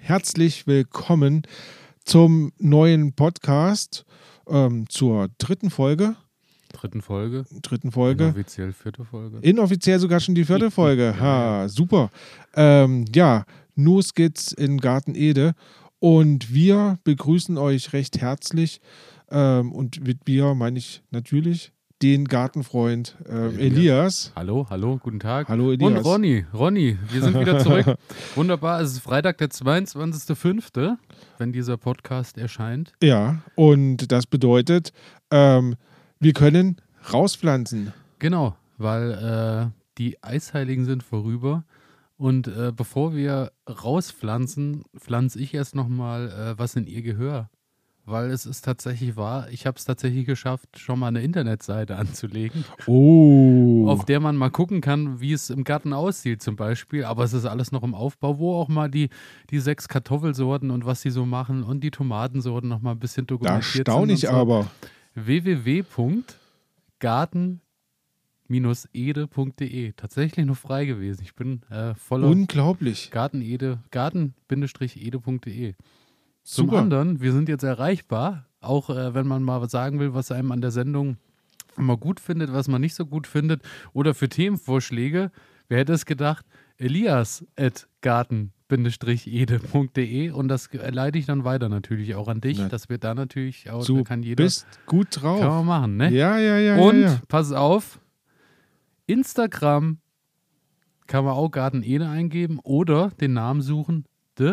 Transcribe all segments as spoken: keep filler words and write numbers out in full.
herzlich willkommen zum neuen Podcast, ähm, zur dritten Folge. Dritten Folge. Dritten Folge. Inoffiziell vierte Folge. Inoffiziell sogar schon die vierte Folge. Ha, super. Ähm, ja, Nus geht's in Garten Ede und wir begrüßen euch recht herzlich. Ähm, und mit wir meine ich natürlich den Gartenfreund ähm, Elias. Hallo, hallo, guten Tag. Hallo Elias. Und Ronny, Ronny, wir sind wieder zurück. Wunderbar, es ist Freitag, der zweiundzwanzigster fünfte, wenn dieser Podcast erscheint. Ja, und das bedeutet, ähm, wir können rauspflanzen. Genau, weil äh, die Eisheiligen sind vorüber. Und äh, bevor wir rauspflanzen, pflanze ich erst nochmal äh, was in ihr Gehör. Weil es ist tatsächlich wahr, ich habe es tatsächlich geschafft, schon mal eine Internetseite anzulegen, Oh. auf der man mal gucken kann, wie es im Garten aussieht zum Beispiel. Aber es ist alles noch im Aufbau, wo auch mal die, die sechs Kartoffelsorten und was sie so machen und die Tomatensorten noch mal ein bisschen Da dokumentiert staune ich sind. So. aber. w w w punkt garten ede punkt de. Tatsächlich noch frei gewesen. Ich bin äh, voller Unglaublich. Garten-Ede, garten-ede punkt de. Zum Super. anderen, wir sind jetzt erreichbar, auch äh, wenn man mal was sagen will, was einem an der Sendung mal gut findet, was man nicht so gut findet oder für Themenvorschläge. Wer hätte es gedacht? Elias at garten ede punkt de und das leite ich dann weiter natürlich auch an dich, Na, dass wir da natürlich auch, Du da kann jeder, bist gut drauf. kann man machen, ne? Ja, ja, ja. Und, ja, ja. pass auf, Instagram kann man auch Garten-Ede eingeben oder den Namen suchen,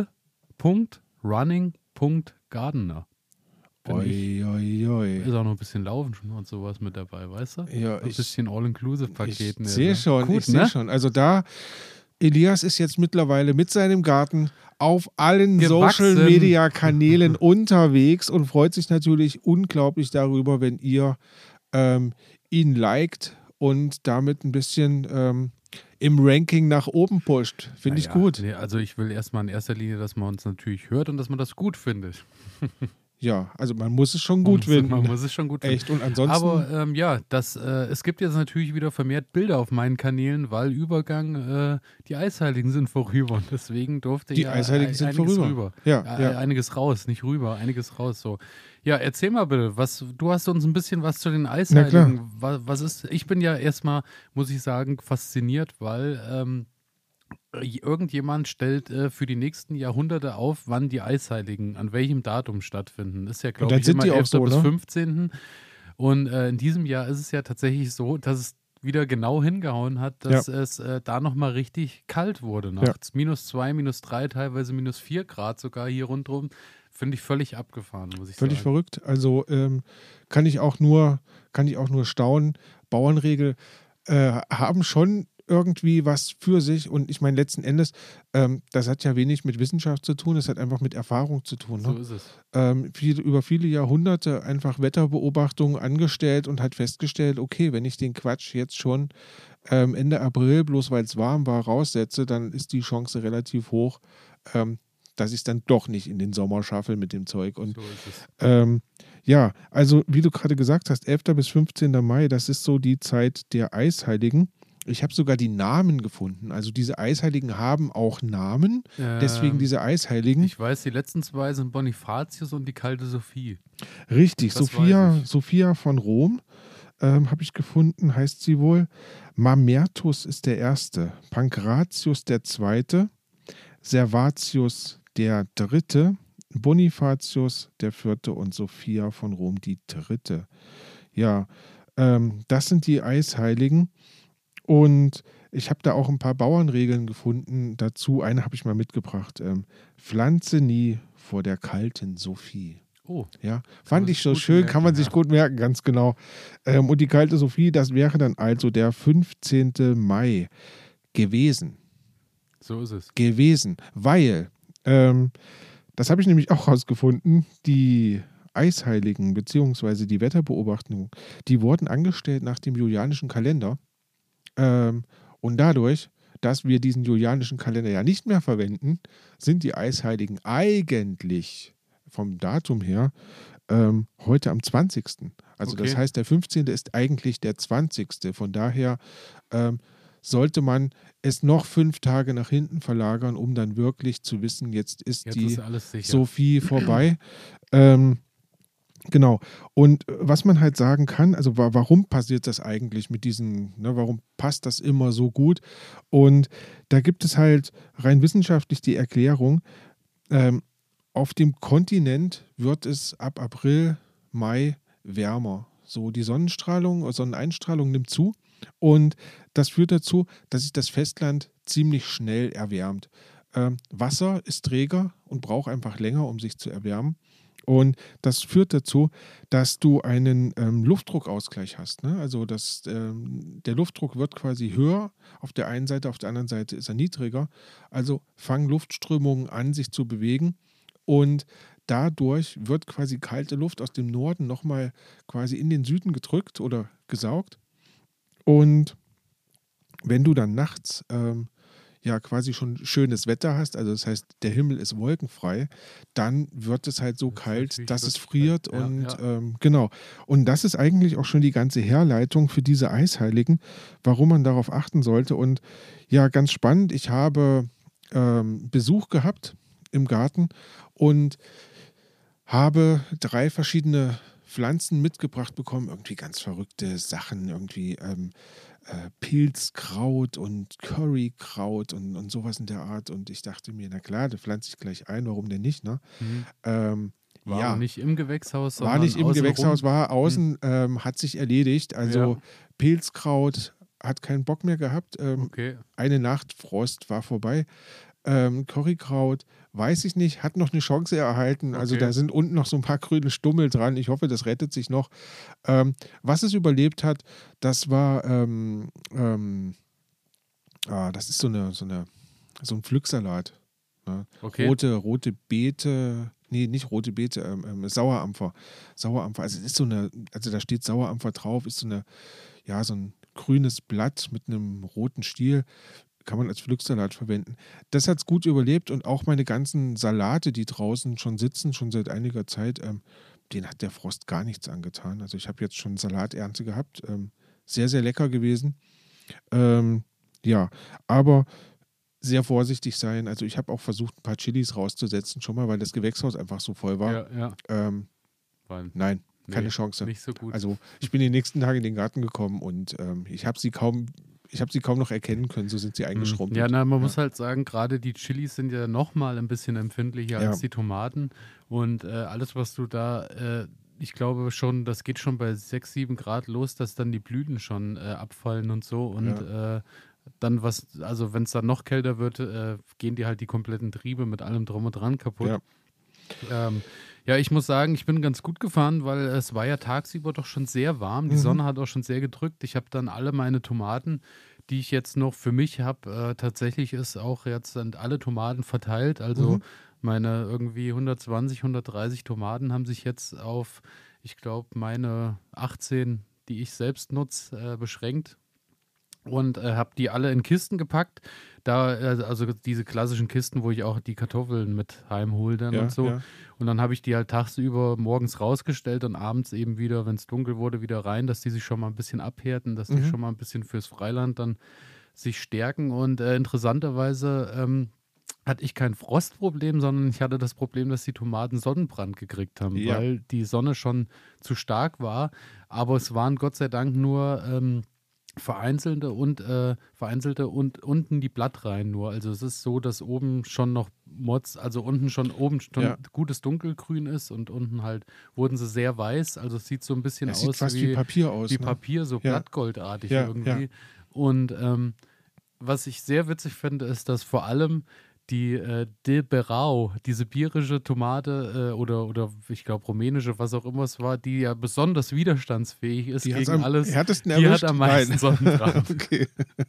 the.running.gardener. Oi, oi, oi. Ist auch noch ein bisschen Laufen schon und sowas mit dabei, weißt du? Ja, ein ich, bisschen All-Inclusive-Paketen. ich sehe schon, Gut, ich sehe ne? schon. Also da, Elias ist jetzt mittlerweile mit seinem Garten auf allen Gewachsen. Social-Media-Kanälen unterwegs und freut sich natürlich unglaublich darüber, wenn ihr ähm, ihn liked und damit ein bisschen ähm, im Ranking nach oben pusht. Finde ich Naja, gut. Nee, also ich will erstmal in erster Linie, dass man uns natürlich hört und dass man das gut findet. Ja, also man muss es schon gut man finden. Muss, man muss es schon gut finden. Echt, und ansonsten... Aber ähm, ja, das, äh, es gibt jetzt natürlich wieder vermehrt Bilder auf meinen Kanälen, weil Übergang, äh, die Eisheiligen sind vorüber und deswegen durfte Die ja Eisheiligen äh, sind einiges vorüber. rüber. Ja, Äh, ja. Einiges raus, nicht rüber, einiges raus. So. Ja, erzähl mal bitte, was, du hast uns ein bisschen was zu den Eisheiligen. Was, was ist, ich bin ja erstmal, muss ich sagen, fasziniert, weil ähm, irgendjemand stellt äh, für die nächsten Jahrhunderte auf, wann die Eisheiligen, an welchem Datum stattfinden. Das ist ja, glaube dann ich, sind immer die auch elften so, bis ne? fünfzehnten Und äh, in diesem Jahr ist es ja tatsächlich so, dass es wieder genau hingehauen hat, dass Ja. es äh, da nochmal richtig kalt wurde nachts. Minus zwei, minus drei, teilweise minus vier Grad sogar hier rundherum. Finde ich völlig abgefahren, muss ich Völlig sagen. verrückt. Also ähm, kann ich auch nur, kann ich auch nur staunen. Bauernregel äh, haben schon irgendwie was für sich und ich meine letzten Endes, ähm, das hat ja wenig mit Wissenschaft zu tun, das hat einfach mit Erfahrung zu tun. Ne? So ist es. Ähm, viel, über viele Jahrhunderte einfach Wetterbeobachtungen angestellt und hat festgestellt, okay, wenn ich den Quatsch jetzt schon ähm, Ende April, bloß weil es warm war, raussetze, dann ist die Chance relativ hoch, ähm, dass ich es dann doch nicht in den Sommer schaffe mit dem Zeug. Und So ist es. ähm, ja, also wie du gerade gesagt hast, elfter bis fünfzehnter Mai, das ist so die Zeit der Eisheiligen. Ich habe sogar die Namen gefunden. Also diese Eisheiligen haben auch Namen, deswegen Ähm, diese Eisheiligen. Ich weiß, die letzten zwei sind Bonifatius und die kalte Sophie. Richtig, das Sophia, weiß ich. Sophia von Rom ähm, habe ich gefunden, heißt sie wohl. Mamertus ist der Erste, Pankratius der Zweite, Servatius der Dritte, Bonifatius der Vierte und Sophia von Rom die Dritte. Ja, ähm, das sind die Eisheiligen. Und ich habe da auch ein paar Bauernregeln gefunden dazu. Eine habe ich mal mitgebracht. Ähm, Pflanze nie vor der kalten Sophie. Oh, Ja, fand man ich sich so gut schön, kann man merken, sich ja. gut merken, ganz genau. Ähm, und die kalte Sophie, das wäre dann also der fünfzehnte Mai gewesen. so ist es. Gewesen, weil, ähm, das habe ich nämlich auch rausgefunden, die Eisheiligen beziehungsweise die Wetterbeobachtungen, die wurden angestellt nach dem julianischen Kalender. Ähm, und dadurch, dass wir diesen julianischen Kalender ja nicht mehr verwenden, sind die Eisheiligen eigentlich vom Datum her ähm, heute am zwanzigsten. Also Okay. das heißt, der fünfzehnte ist eigentlich der zwanzigste. Von daher ähm, sollte man es noch fünf Tage nach hinten verlagern, um dann wirklich zu wissen, jetzt ist Jetzt die ist alles sicher. Sophie vorbei. ähm, Genau. Und äh, was man halt sagen kann, also wa warum passiert das eigentlich mit diesen, ne, warum passt das immer so gut? Und da gibt es halt rein wissenschaftlich die Erklärung, ähm, auf dem Kontinent wird es ab April, Mai wärmer. So die Sonnenstrahlung, Sonneneinstrahlung nimmt zu und das führt dazu, dass sich das Festland ziemlich schnell erwärmt. Ähm, Wasser ist träger und braucht einfach länger, um sich zu erwärmen. Und das führt dazu, dass du einen ähm, Luftdruckausgleich hast. Ne? Also das, ähm, der Luftdruck wird quasi höher auf der einen Seite, auf der anderen Seite ist er niedriger. Also fangen Luftströmungen an, sich zu bewegen. Und dadurch wird quasi kalte Luft aus dem Norden nochmal quasi in den Süden gedrückt oder gesaugt. Und wenn du dann nachts ähm, ja quasi schon schönes Wetter hast, also das heißt, der Himmel ist wolkenfrei, dann wird es halt so Das ist kalt, natürlich dass es wirklich friert kalt. Ja, und ja. ähm, genau. Und das ist eigentlich auch schon die ganze Herleitung für diese Eisheiligen, warum man darauf achten sollte. Und ja, ganz spannend, ich habe ähm, Besuch gehabt im Garten und habe drei verschiedene Pflanzen mitgebracht bekommen, irgendwie ganz verrückte Sachen, irgendwie ähm, äh, Pilzkraut und Currykraut und, und sowas in der Art. Und ich dachte mir, na klar, da pflanze ich gleich ein, warum denn nicht, ne? Mhm. Ähm, War ja, aber nicht im Gewächshaus, war sondern nicht im Gewächshaus, außenrum. war Mhm. außen, ähm, hat sich erledigt. Also Ja, Pilzkraut hat keinen Bock mehr gehabt. Ähm, okay. eine Nacht Frost war vorbei. Ähm, Currykraut, weiß ich nicht, hat noch eine Chance erhalten. Also Okay. da sind unten noch so ein paar grüne Stummel dran. Ich hoffe, das rettet sich noch. Ähm, was es überlebt hat, das war, ähm, ähm, ah, das ist so eine, so eine, so ein Pflücksalat. Ne? Okay. Rote, rote Beete, nee, nicht rote Beete, ähm, ähm, Sauerampfer. Sauerampfer, also es ist so eine, also da steht Sauerampfer drauf, ist so eine, ja, so ein grünes Blatt mit einem roten Stiel. Kann man als Pflücksalat verwenden. Das hat es gut überlebt und auch meine ganzen Salate, die draußen schon sitzen, schon seit einiger Zeit, ähm, denen hat der Frost gar nichts angetan. Also ich habe jetzt schon Salaternte gehabt. Ähm, sehr, sehr lecker gewesen. Ähm, ja, aber sehr vorsichtig sein. Also ich habe auch versucht, ein paar Chilis rauszusetzen, schon mal, weil das Gewächshaus einfach so voll war. Ja, ja. Ähm, War, nein, keine nee, Chance. nicht so gut. Also ich bin die nächsten Tage in den Garten gekommen und ähm, ich habe sie kaum, ich habe sie kaum noch erkennen können, so sind sie Mhm. eingeschrumpelt. Ja, na, man Ja. muss halt sagen, gerade die Chilis sind ja nochmal ein bisschen empfindlicher Ja. als die Tomaten. Und äh, alles, was du da, äh, ich glaube schon, das geht schon bei sechs, sieben Grad los, dass dann die Blüten schon äh, abfallen und so. Und äh, dann was, also wenn es dann noch kälter wird, äh, gehen die halt die kompletten Triebe mit allem drum und dran kaputt. Ja. Ähm, ja, ich muss sagen, ich bin ganz gut gefahren, weil es war ja tagsüber doch schon sehr warm. Die Mhm. Sonne hat auch schon sehr gedrückt. Ich habe dann alle meine Tomaten, die ich jetzt noch für mich habe, äh, tatsächlich ist auch jetzt sind alle Tomaten verteilt. Also Mhm. meine irgendwie hundertzwanzig, hundertdreißig Tomaten haben sich jetzt auf, ich glaube, meine achtzehn, die ich selbst nutze, äh, beschränkt. Und äh, habe die alle in Kisten gepackt. Da, äh, also diese klassischen Kisten, wo ich auch die Kartoffeln mit heimhole dann Ja, und so. ja. Und dann habe ich die halt tagsüber morgens rausgestellt und abends eben wieder, wenn es dunkel wurde, wieder rein, dass die sich schon mal ein bisschen abhärten, dass die Mhm. schon mal ein bisschen fürs Freiland dann sich stärken. Und äh, interessanterweise ähm, hatte ich kein Frostproblem, sondern ich hatte das Problem, dass die Tomaten Sonnenbrand gekriegt haben, Ja. weil die Sonne schon zu stark war. Aber es waren Gott sei Dank nur ähm, vereinzelte und äh, vereinzelte und unten die Blattreihen nur. Also es ist so, dass oben schon noch Mods, also unten schon oben schon Ja. gutes Dunkelgrün ist und unten halt wurden sie sehr weiß. Also es sieht so ein bisschen Es aus sieht fast wie, wie, Papier aus. wie ne? Papier, so Ja. blattgoldartig Ja, irgendwie. Und ähm, was ich sehr witzig finde, ist, dass vor allem die äh, De Berau, die sibirische Tomate äh, oder, oder ich glaube rumänische, was auch immer es war, die ja besonders widerstandsfähig ist Die hat's gegen am alles, härtesten die erwischt. hat am meisten Nein. Sonnenbrand. Okay.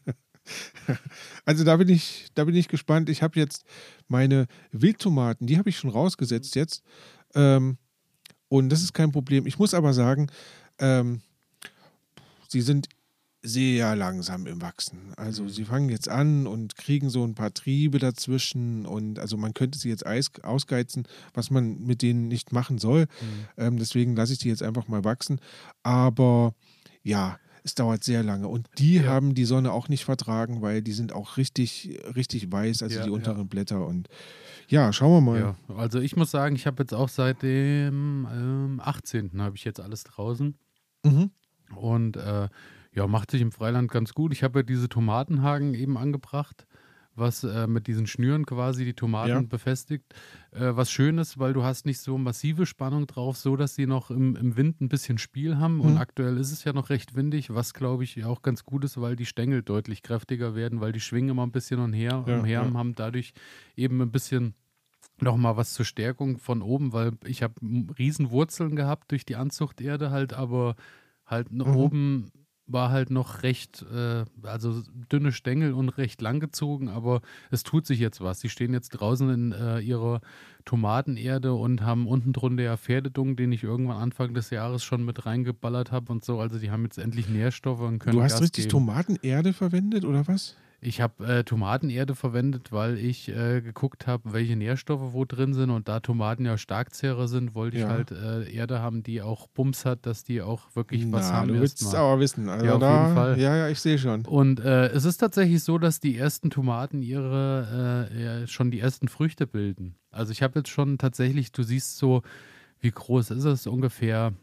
Also da bin ich, da bin ich gespannt. Ich habe jetzt meine Wildtomaten, die habe ich schon rausgesetzt jetzt. Ähm, und das ist kein Problem. Ich muss aber sagen, ähm, sie sind sehr langsam im Wachsen. Also Mhm. sie fangen jetzt an und kriegen so ein paar Triebe dazwischen und also man könnte sie jetzt eis- ausgeizen, was man mit denen nicht machen soll. Mhm. Ähm, deswegen lasse ich die jetzt einfach mal wachsen. Aber ja, es dauert sehr lange. Und die Ja. haben die Sonne auch nicht vertragen, weil die sind auch richtig, richtig weiß, also Ja, die unteren ja. Blätter. Und ja, schauen wir mal. Ja, also ich muss sagen, ich habe jetzt auch seit dem ähm, achtzehnten habe ich jetzt alles draußen. Mhm. Und äh, ja, macht sich im Freiland ganz gut. Ich habe ja diese Tomatenhaken eben angebracht, was äh, mit diesen Schnüren quasi die Tomaten Ja. befestigt. Äh, was schön ist, weil du hast nicht so massive Spannung drauf, so dass sie noch im, im Wind ein bisschen Spiel haben. Und Mhm. aktuell ist es ja noch recht windig, was glaube ich auch ganz gut ist, weil die Stängel deutlich kräftiger werden, weil die schwingen immer ein bisschen umher, Ja, umher ja. und haben dadurch eben ein bisschen nochmal was zur Stärkung von oben, weil ich habe riesen Wurzeln gehabt durch die Anzuchterde halt, aber halt noch Mhm. oben war halt noch recht, äh, also dünne Stängel und recht langgezogen, aber es tut sich jetzt was. Sie stehen jetzt draußen in äh, ihrer Tomatenerde und haben unten drunter ja Pferdedung, den ich irgendwann Anfang des Jahres schon mit reingeballert habe und so. Also die haben jetzt endlich Nährstoffe und können Du hast Gas richtig geben. Tomatenerde verwendet, oder was? Ich habe äh, Tomatenerde verwendet, weil ich äh, geguckt habe, welche Nährstoffe wo drin sind. Und da Tomaten ja Starkzehrer sind, wollte ich Ja. halt äh, Erde haben, die auch Bums hat, dass die auch wirklich was Na, haben du willst es erstmal. aber wissen. Also Ja, auf da, jeden Fall. Ja, ja, ich sehe schon. Und äh, es ist tatsächlich so, dass die ersten Tomaten ihre äh, ja, schon die ersten Früchte bilden. Also ich habe jetzt schon tatsächlich, du siehst so, wie groß ist es ungefähr?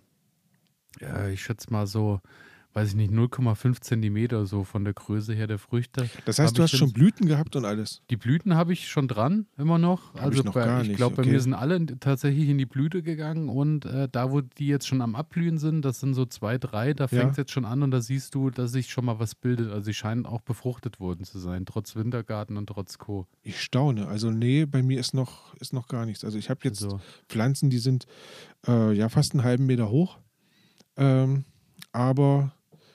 Äh, ich schätze mal so, weiß ich nicht, null Komma fünf Zentimeter so von der Größe her der Früchte. Das heißt, Hab du ich hast jetzt- schon Blüten gehabt und alles. Die Blüten habe ich schon dran, immer noch. Hab also ich noch bei, gar ich nicht, glaube, bei okay. mir sind alle in- tatsächlich in die Blüte gegangen und äh, da, wo die jetzt schon am Abblühen sind, das sind so zwei, drei, da Ja. fängt es jetzt schon an und da siehst du, dass sich schon mal was bildet. Also sie scheinen auch befruchtet worden zu sein, trotz Wintergarten und trotz Co. Ich staune. Also nee, bei mir ist noch, ist noch gar nichts. Also ich habe jetzt Also, Pflanzen, die sind äh, ja fast einen halben Meter hoch. Ähm, aber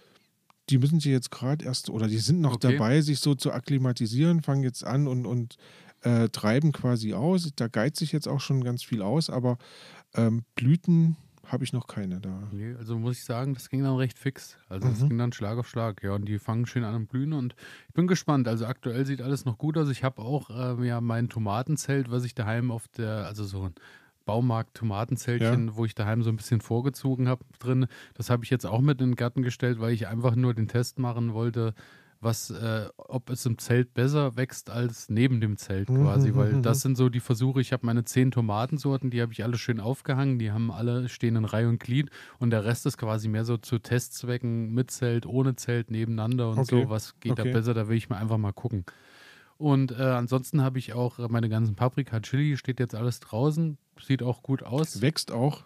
die müssen sie jetzt gerade erst, oder die sind noch Okay. dabei, sich so zu akklimatisieren, fangen jetzt an und, und äh, treiben quasi aus. Da geizt sich jetzt auch schon ganz viel aus, aber ähm, Blüten habe ich noch keine da. nee, also muss ich sagen, das ging dann recht fix. Also es Mhm. ging dann Schlag auf Schlag, ja, und die fangen schön an und blühen und ich bin gespannt. Also aktuell sieht alles noch gut aus. Ich habe auch ähm, ja mein Tomatenzelt, was ich daheim auf der, also so ein Baumarkt-Tomatenzeltchen, wo ich daheim so ein bisschen vorgezogen habe drin. Das habe ich jetzt auch mit in den Garten gestellt, weil ich einfach nur den Test machen wollte, was, äh, ob es im Zelt besser wächst als neben dem Zelt Mhm, quasi, mhm, weil mhm. das sind so die Versuche. Ich habe meine zehn Tomatensorten, die habe ich alle schön aufgehangen, die haben alle, stehen in Reihe und Glied und der Rest ist quasi mehr so zu Testzwecken mit Zelt, ohne Zelt, nebeneinander und Okay, so, was geht okay. da besser, da will ich mal einfach mal gucken. Und äh, ansonsten habe ich auch äh, meine ganzen Paprika, Chili, steht jetzt alles draußen, sieht auch gut aus. Wächst auch.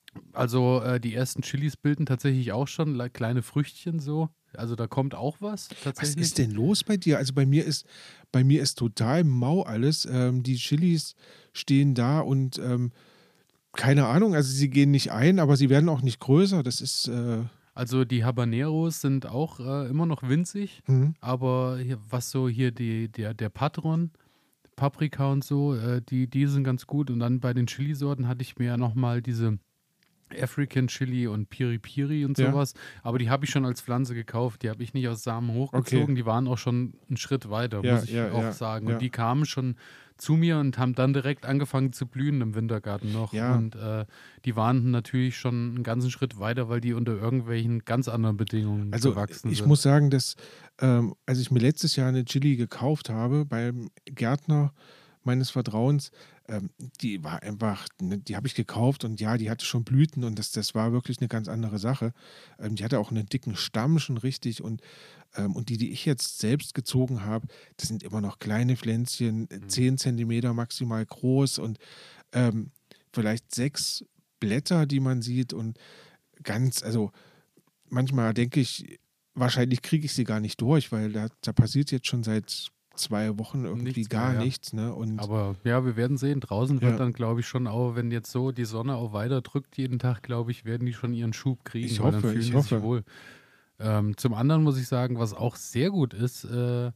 Also äh, die ersten Chilis bilden tatsächlich auch schon le- kleine Früchtchen so. Also da kommt auch was Was tatsächlich. ist denn los bei dir? Also bei mir ist, bei mir ist total mau alles. Ähm, die Chilis stehen da und ähm, keine Ahnung, also sie gehen nicht ein, aber sie werden auch nicht größer. Das ist äh, Also die Habaneros sind auch äh, immer noch winzig, hm, aber hier, was so hier die, der, der Patron, Paprika und so, äh, die, die sind ganz gut. Und dann bei den Chilisorten hatte ich mir ja nochmal diese African Chili und Piri Piri und Ja. sowas. Aber die habe ich schon als Pflanze gekauft. Die habe ich nicht aus Samen hochgezogen. Okay. Die waren auch schon einen Schritt weiter, Ja, muss ich ja, auch ja, sagen. ja. Und die kamen schon zu mir und haben dann direkt angefangen zu blühen im Wintergarten noch. Ja. Und äh, die waren natürlich schon einen ganzen Schritt weiter, weil die unter irgendwelchen ganz anderen Bedingungen Also gewachsen ich sind. muss sagen, dass ähm, als ich mir letztes Jahr eine Chili gekauft habe beim Gärtner meines Vertrauens, ähm, die war einfach, ne, die habe ich gekauft und ja, die hatte schon Blüten und das, das war wirklich eine ganz andere Sache. Ähm, die hatte auch einen dicken Stamm schon richtig und, ähm, und die, die ich jetzt selbst gezogen habe, das sind immer noch kleine Pflänzchen, Mhm. zehn Zentimeter maximal groß und ähm, vielleicht sechs Blätter, die man sieht und ganz, also manchmal denke ich, wahrscheinlich kriege ich sie gar nicht durch, weil da, da passiert jetzt schon seit zwei Wochen irgendwie Nichts gar mehr, ja. nichts. Ne? Und Aber ja, wir werden sehen. Draußen wird Ja. dann, glaube ich, schon auch, wenn jetzt so die Sonne auch weiter drückt jeden Tag, glaube ich, werden die schon ihren Schub kriegen. Ich weil dann hoffe, fühlen ich die hoffe. sich wohl. Ähm, zum anderen muss ich sagen, was auch sehr gut ist, äh,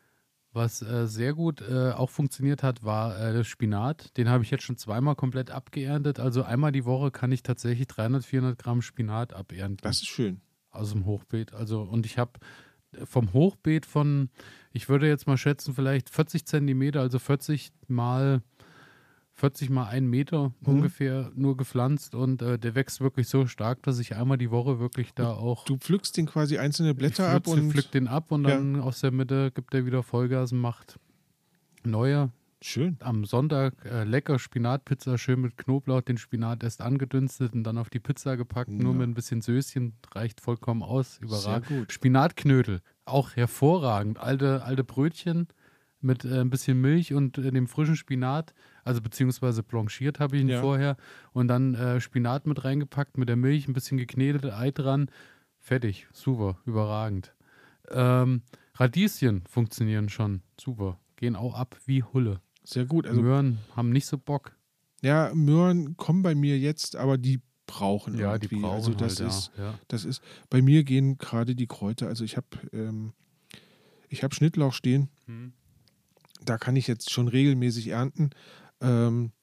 was äh, sehr gut äh, auch funktioniert hat, war äh, der Spinat. Den habe ich jetzt schon zweimal komplett abgeerntet. Also einmal die Woche kann ich tatsächlich dreihundert, vierhundert Gramm Spinat abernten das ist schön. aus dem Hochbeet. Also und ich habe vom Hochbeet von, ich würde jetzt mal schätzen, vielleicht vierzig Zentimeter, also vierzig mal vierzig mal ein Meter Mhm. ungefähr nur gepflanzt und äh, der wächst wirklich so stark, dass ich einmal die Woche wirklich da auch. Du pflückst den quasi einzelne Blätter ich ab pflück, und. pflück den ab und Ja. dann aus der Mitte gibt er wieder Vollgas und macht neue. Schön. Am Sonntag äh, lecker Spinatpizza, schön mit Knoblauch, den Spinat erst angedünstet und dann auf die Pizza gepackt, Ja. nur mit ein bisschen Söschen, reicht vollkommen aus, Sehr überragend. gut. Spinatknödel, auch hervorragend, alte, alte Brötchen mit äh, ein bisschen Milch und äh, dem frischen Spinat, also beziehungsweise blanchiert habe ich ihn Ja. vorher und dann äh, Spinat mit reingepackt, mit der Milch, ein bisschen geknetet, Ei dran, fertig, super, überragend. Ähm, Radieschen funktionieren schon, super, gehen auch ab wie Hulle. Sehr gut. Also, Möhren haben nicht so Bock. ja, Möhren kommen bei mir jetzt, aber die brauchen Ja, die irgendwie. brauchen also das halt, ist, ja. ja. das ist, bei mir gehen gerade die Kräuter. Also ich habe, ähm, ich habe Schnittlauch stehen. Hm. Da kann ich jetzt schon regelmäßig ernten. Ähm,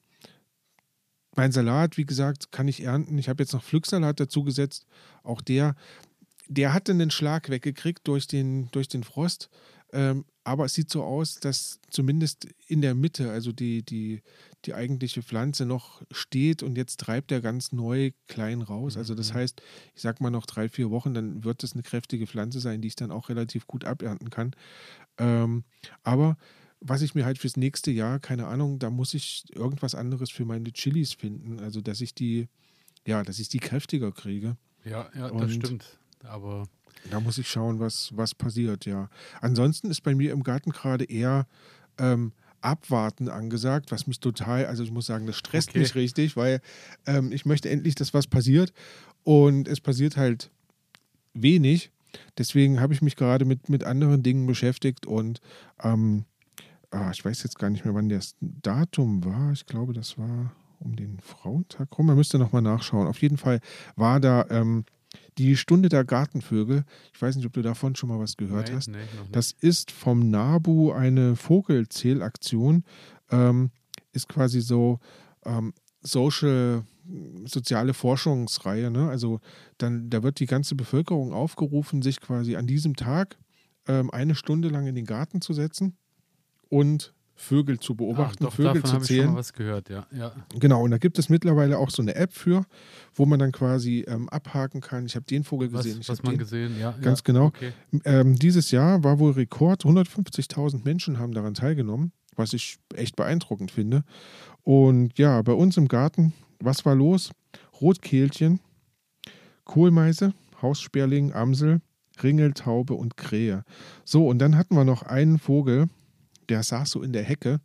mein Salat, wie gesagt, kann ich ernten. Ich habe jetzt noch Pflücksalat dazu gesetzt. Auch der, der hatte einen Schlag weggekriegt durch den, durch den Frost. Ähm, aber es sieht so aus, dass zumindest in der Mitte, also die, die, die eigentliche Pflanze noch steht und jetzt treibt er ganz neu klein raus. Also das Mhm. heißt, ich sag mal noch drei, vier Wochen, dann wird das eine kräftige Pflanze sein, die ich dann auch relativ gut abernten kann. Ähm, aber was ich mir halt fürs nächste Jahr, keine Ahnung, da muss ich irgendwas anderes für meine Chilis finden. Also dass ich die, ja, dass ich die kräftiger kriege. Ja, ja, Und das stimmt. Aber da muss ich schauen, was, was passiert, ja. Ansonsten ist bei mir im Garten gerade eher ähm, Abwarten angesagt, was mich total, also ich muss sagen, das stresst Okay. mich richtig, weil ähm, ich möchte endlich, dass was passiert und es passiert halt wenig. Deswegen habe ich mich gerade mit, mit anderen Dingen beschäftigt und ähm, ah, ich weiß jetzt gar nicht mehr, wann das Datum war. Ich glaube, das war um den Frauentag rum. Man müsste nochmal nachschauen. Auf jeden Fall war da ähm, die Stunde der Gartenvögel. Ich weiß nicht, ob du davon schon mal was gehört nee, hast. nee, noch nicht. Das ist vom NABU eine Vogelzählaktion. Ähm, ist quasi so ähm, Social, soziale Forschungsreihe. Ne? Also dann, da wird die ganze Bevölkerung aufgerufen, sich quasi an diesem Tag ähm, eine Stunde lang in den Garten zu setzen und Vögel zu beobachten, ah, doch, Vögel davon zu habe ich schon zählen. mal was gehört, ja. ja. Genau, und da gibt es mittlerweile auch so eine App für, wo man dann quasi ähm, abhaken kann. Ich habe den Vogel Was, gesehen. Ich was habe man den gesehen, ja. Ganz ja. genau. Okay. Ähm, dieses Jahr war wohl Rekord. hundertfünfzigtausend Menschen haben daran teilgenommen, was ich echt beeindruckend finde. Und ja, bei uns im Garten, was war los? Rotkehlchen, Kohlmeise, Haussperling, Amsel, Ringeltaube und Krähe. So, und dann hatten wir noch einen Vogel, der saß so in der Hecke.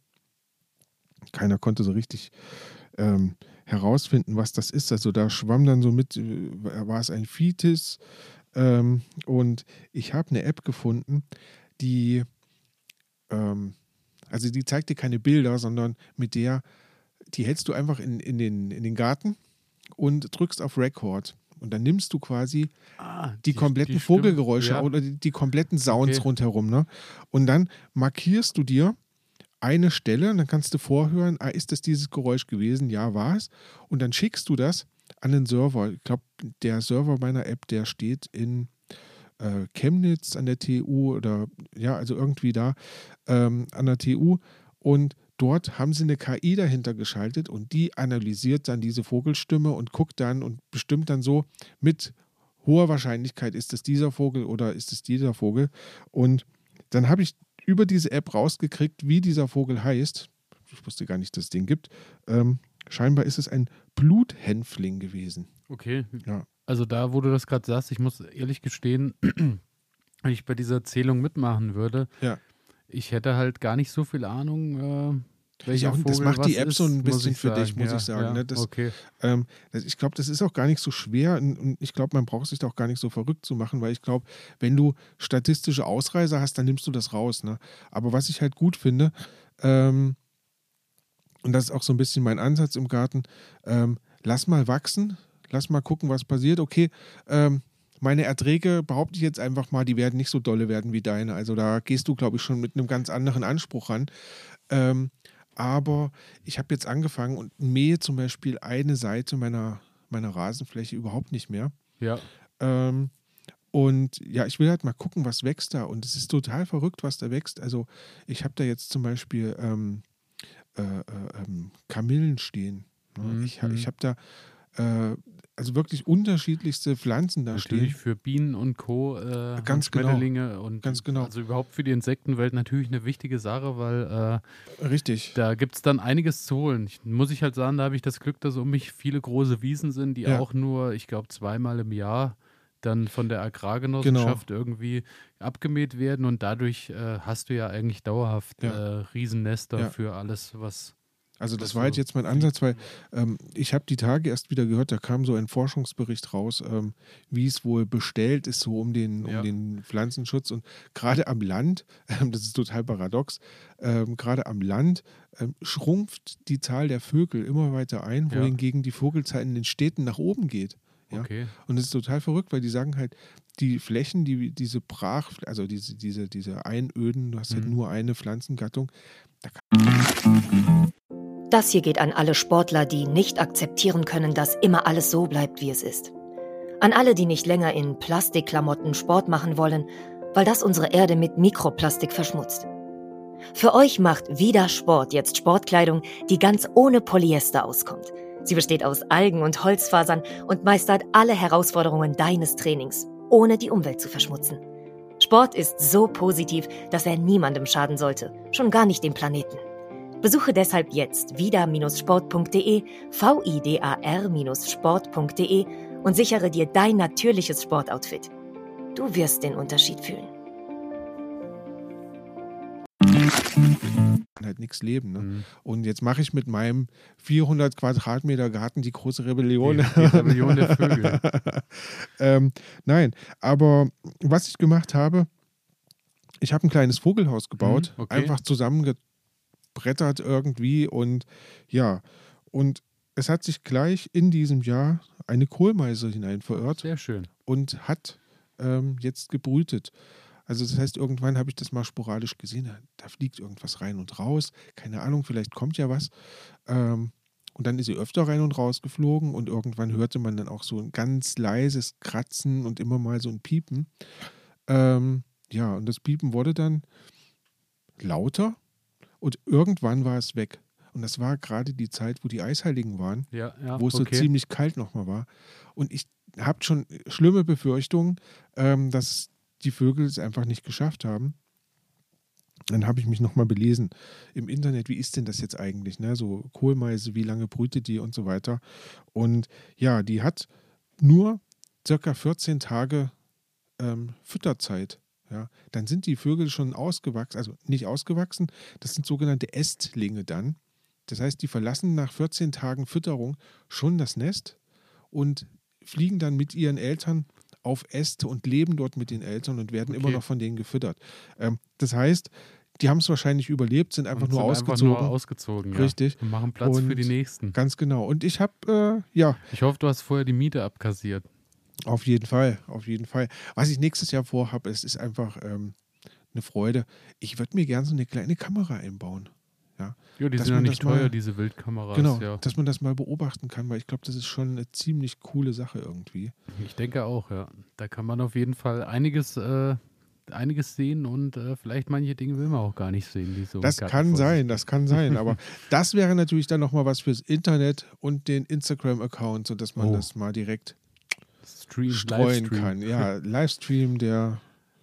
Keiner konnte so richtig ähm, herausfinden, was das ist. Also da schwamm dann so mit, äh, war es ein Fitis? Ähm, und ich habe eine App gefunden, die, ähm, also die zeigt dir keine Bilder, sondern mit der, die hältst du einfach in, in, den, in den Garten und drückst auf Record. Und dann nimmst du quasi Ah, die, die, kompletten die Vogelgeräusche Stimme, ja. oder die, die kompletten Sounds Okay. rundherum. Ne? Und dann markierst du dir eine Stelle und dann kannst du vorhören, ah, ist das dieses Geräusch gewesen? Ja, war es. Und dann schickst du das an den Server. Ich glaube, der Server meiner App, der steht in äh, Chemnitz an der T U oder ja, also irgendwie da ähm, an der T U. Und dort haben sie eine K I dahinter geschaltet und die analysiert dann diese Vogelstimme und guckt dann und bestimmt dann so mit hoher Wahrscheinlichkeit, ist es dieser Vogel oder ist es dieser Vogel. Und dann habe ich über diese App rausgekriegt, wie dieser Vogel heißt. Ich wusste gar nicht, dass es den gibt. Ähm, scheinbar ist es ein Bluthänfling gewesen. Okay. Ja. Also da, wo du das gerade sagst, ich muss ehrlich gestehen, wenn ich bei dieser Zählung mitmachen würde, Ja. ich hätte halt gar nicht so viel Ahnung, äh, welcher auch, Vogel das macht was die App ist, so ein muss bisschen ich für sagen. dich, muss ja, ich sagen. Ja, Ne? Das, okay. ähm, das, ich glaube, das ist auch gar nicht so schwer und ich glaube, man braucht sich da auch gar nicht so verrückt zu machen, weil ich glaube, wenn du statistische Ausreißer hast, dann nimmst du das raus. Ne? Aber was ich halt gut finde, ähm, und das ist auch so ein bisschen mein Ansatz im Garten, ähm, lass mal wachsen, lass mal gucken, was passiert. Okay, ähm, meine Erträge, behaupte ich jetzt einfach mal, die werden nicht so dolle werden wie deine. Also da gehst du, glaube ich, schon mit einem ganz anderen Anspruch ran. Ähm, aber ich habe jetzt angefangen und mähe zum Beispiel eine Seite meiner, meiner Rasenfläche überhaupt nicht mehr. Ja. Ähm, und ja, ich will halt mal gucken, was wächst da. Und es ist total verrückt, was da wächst. Also ich habe da jetzt zum Beispiel ähm, äh, äh, ähm, Kamillen stehen. Ne? Mhm. Ich, ich habe da äh, also wirklich unterschiedlichste Pflanzen da Natürlich stehen. für Bienen und Co. Äh, und Ganz genau. Schmetterlinge und Ganz genau. also überhaupt für die Insektenwelt natürlich eine wichtige Sache, weil äh, Richtig. da gibt es dann einiges zu holen. Ich, muss ich halt sagen, da habe ich das Glück, dass um mich viele große Wiesen sind, die Ja. auch nur, ich glaube, zweimal im Jahr dann von der Agrargenossenschaft Genau. irgendwie abgemäht werden und dadurch äh, hast du ja eigentlich dauerhaft Ja. äh, Riesennester Ja. für alles, was Also das was war so halt jetzt mein fliegt. Ansatz, weil ähm, ich habe die Tage erst wieder gehört, da kam so ein Forschungsbericht raus, ähm, wie es wohl bestellt ist, so um den, um Ja. den Pflanzenschutz. Und gerade am Land, ähm, das ist total paradox, ähm, gerade am Land ähm, schrumpft die Zahl der Vögel immer weiter ein, Ja. wohingegen die Vogelzahl in den Städten nach oben geht. Ja? Okay. Und das ist total verrückt, weil die sagen halt, die Flächen, die diese Brach, also diese, diese, diese Einöden, du hast halt Mhm. nur eine Pflanzengattung. Das hier geht an alle Sportler, die nicht akzeptieren können, dass immer alles so bleibt, wie es ist. An alle, die nicht länger in Plastikklamotten Sport machen wollen, weil das unsere Erde mit Mikroplastik verschmutzt. Für euch macht Vida Sport jetzt Sportkleidung, die ganz ohne Polyester auskommt. Sie besteht aus Algen und Holzfasern und meistert alle Herausforderungen deines Trainings, ohne die Umwelt zu verschmutzen. Sport ist so positiv, dass er niemandem schaden sollte, schon gar nicht dem Planeten. Besuche deshalb jetzt vida-sport punkt de, V I D A R-sport punkt de und sichere dir dein natürliches Sportoutfit. Du wirst den Unterschied fühlen. Halt nichts leben. Ne? Mhm. Und jetzt mache ich mit meinem vierhundert Quadratmeter Garten die große Rebellion. Die, die Rebellion der Vögel. ähm, nein, aber was ich gemacht habe, ich habe ein kleines Vogelhaus gebaut, Mhm, okay. einfach zusammengebrettert irgendwie und ja, und es hat sich gleich in diesem Jahr eine Kohlmeise hinein verirrt Sehr schön. und hat ähm, jetzt gebrütet. Also das heißt, irgendwann habe ich das mal sporadisch gesehen, da, da fliegt irgendwas rein und raus, keine Ahnung, vielleicht kommt ja was. Ähm, und dann ist sie öfter rein und raus geflogen und irgendwann hörte man dann auch so ein ganz leises Kratzen und immer mal so ein Piepen. Ähm, ja, und das Piepen wurde dann lauter und irgendwann war es weg. Und das war gerade die Zeit, wo die Eisheiligen waren, Ja, ja, wo es okay. so ziemlich kalt nochmal war. Und ich habe schon schlimme Befürchtungen, ähm, dass die Vögel es einfach nicht geschafft haben. Dann habe ich mich nochmal belesen im Internet, wie ist denn das jetzt eigentlich, ne? So Kohlmeise, wie lange brütet die und so weiter. Und ja, die hat nur circa vierzehn Tage ähm, Fütterzeit. Ja? Dann sind die Vögel schon ausgewachsen, also nicht ausgewachsen, das sind sogenannte Ästlinge dann. Das heißt, die verlassen nach vierzehn Tagen Fütterung schon das Nest und fliegen dann mit ihren Eltern auf Äste und leben dort mit den Eltern und werden Okay. immer noch von denen gefüttert. Ähm, das heißt, die haben es wahrscheinlich überlebt, sind einfach Und nur sind ausgezogen. Einfach nur ausgezogen, ja. Richtig. Und machen Platz für Und die nächsten. Ganz genau. Und ich habe, äh, ja, Ich hoffe, du hast vorher die Miete abkassiert. auf jeden Fall, auf jeden Fall. Was ich nächstes Jahr vorhabe, es ist einfach ähm, eine Freude. Ich würde mir gerne so eine kleine Kamera einbauen. Ja, Ja, die Dass sind ja man nicht das mal- teuer, diese Wildkameras. genau, Ja. dass man das mal beobachten kann, weil ich glaube, das ist schon eine ziemlich coole Sache irgendwie. Ich denke auch, ja. Da kann man auf jeden Fall einiges, äh, einiges sehen und äh, vielleicht manche Dinge will man auch gar nicht sehen. Die so Das Garten kann vor sich sein, das kann sein, aber das wäre natürlich dann nochmal was fürs Internet und den Instagram-Account, sodass man Oh. das mal direkt Stream, streuen Livestream. kann. Ja, Livestream der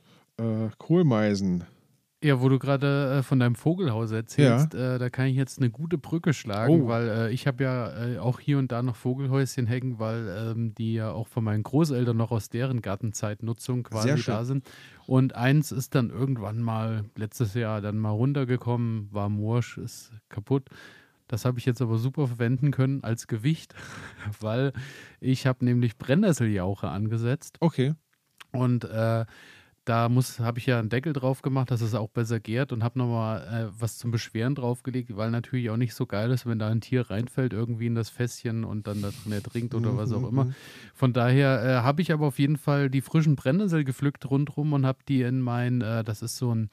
äh, Kohlmeisen. Ja, wo du gerade äh, von deinem Vogelhaus erzählst, äh, da kann ich jetzt eine gute Brücke schlagen, Oh. weil äh, ich habe ja äh, auch hier und da noch Vogelhäuschen hängen, weil ähm, die ja auch von meinen Großeltern noch aus deren Gartenzeitnutzung Sehr quasi schön. da sind. Und eins ist dann irgendwann mal, letztes Jahr dann mal runtergekommen, war morsch, ist kaputt. Das habe ich jetzt aber super verwenden können als Gewicht, weil ich habe nämlich Brennnesseljauche angesetzt. Okay. Und äh, da habe ich ja einen Deckel drauf gemacht, dass es auch besser gärt und habe nochmal äh, was zum Beschweren draufgelegt, weil natürlich auch nicht so geil ist, wenn da ein Tier reinfällt irgendwie in das Fässchen und dann da drin ertrinkt oder was auch immer. Mhm. Von daher äh, habe ich aber auf jeden Fall die frischen Brennnessel gepflückt rundherum und habe die in mein, äh, das ist so ein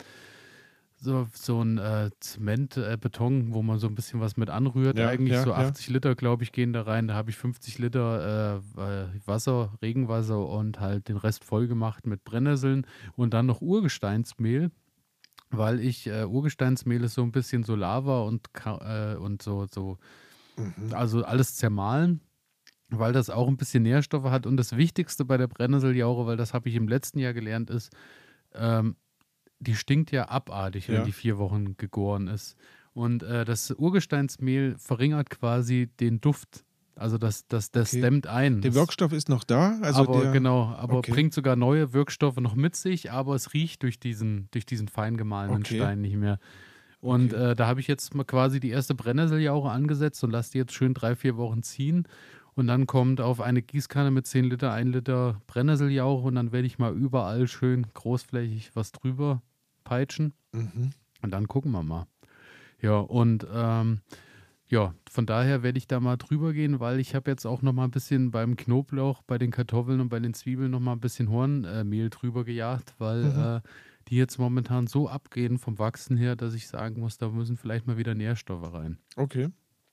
so, so ein äh, Zementbeton, äh, wo man so ein bisschen was mit anrührt. Ja, Eigentlich ja, so ja. achtzig Liter, glaube ich, gehen da rein. Da habe ich fünfzig Liter äh, äh, Wasser, Regenwasser und halt den Rest voll gemacht mit Brennnesseln und dann noch Urgesteinsmehl. weil ich äh, Urgesteinsmehl ist so ein bisschen so Lava und, äh, und so, so mhm. also alles zermahlen, weil das auch ein bisschen Nährstoffe hat. Und das Wichtigste bei der Brennnesseljauche, weil das habe ich im letzten Jahr gelernt, ist, ähm, die stinkt ja abartig, wenn ja. die vier Wochen gegoren ist. Und äh, das Urgesteinsmehl verringert quasi den Duft. Also das, das, das okay. dämmt ein. Der Wirkstoff ist noch da? Also aber der, genau, aber okay. bringt sogar neue Wirkstoffe noch mit sich, aber es riecht durch diesen, durch diesen fein gemahlenen okay. Stein nicht mehr. Und okay. äh, da habe ich jetzt mal quasi die erste Brennnesseljauche angesetzt und lasse die jetzt schön drei, vier Wochen ziehen. Und dann kommt auf eine Gießkanne mit zehn Liter, ein Liter Brennnesseljauche und dann werde ich mal überall schön großflächig was drüber peitschen. Mhm. Und dann gucken wir mal. Ja, und ähm, ja, von daher werde ich da mal drüber gehen, weil ich habe jetzt auch noch mal ein bisschen beim Knoblauch, bei den Kartoffeln und bei den Zwiebeln noch mal ein bisschen Hornmehl äh, drüber gejagt, weil mhm. äh, die jetzt momentan so abgehen vom Wachsen her, dass ich sagen muss, da müssen vielleicht mal wieder Nährstoffe rein. Okay.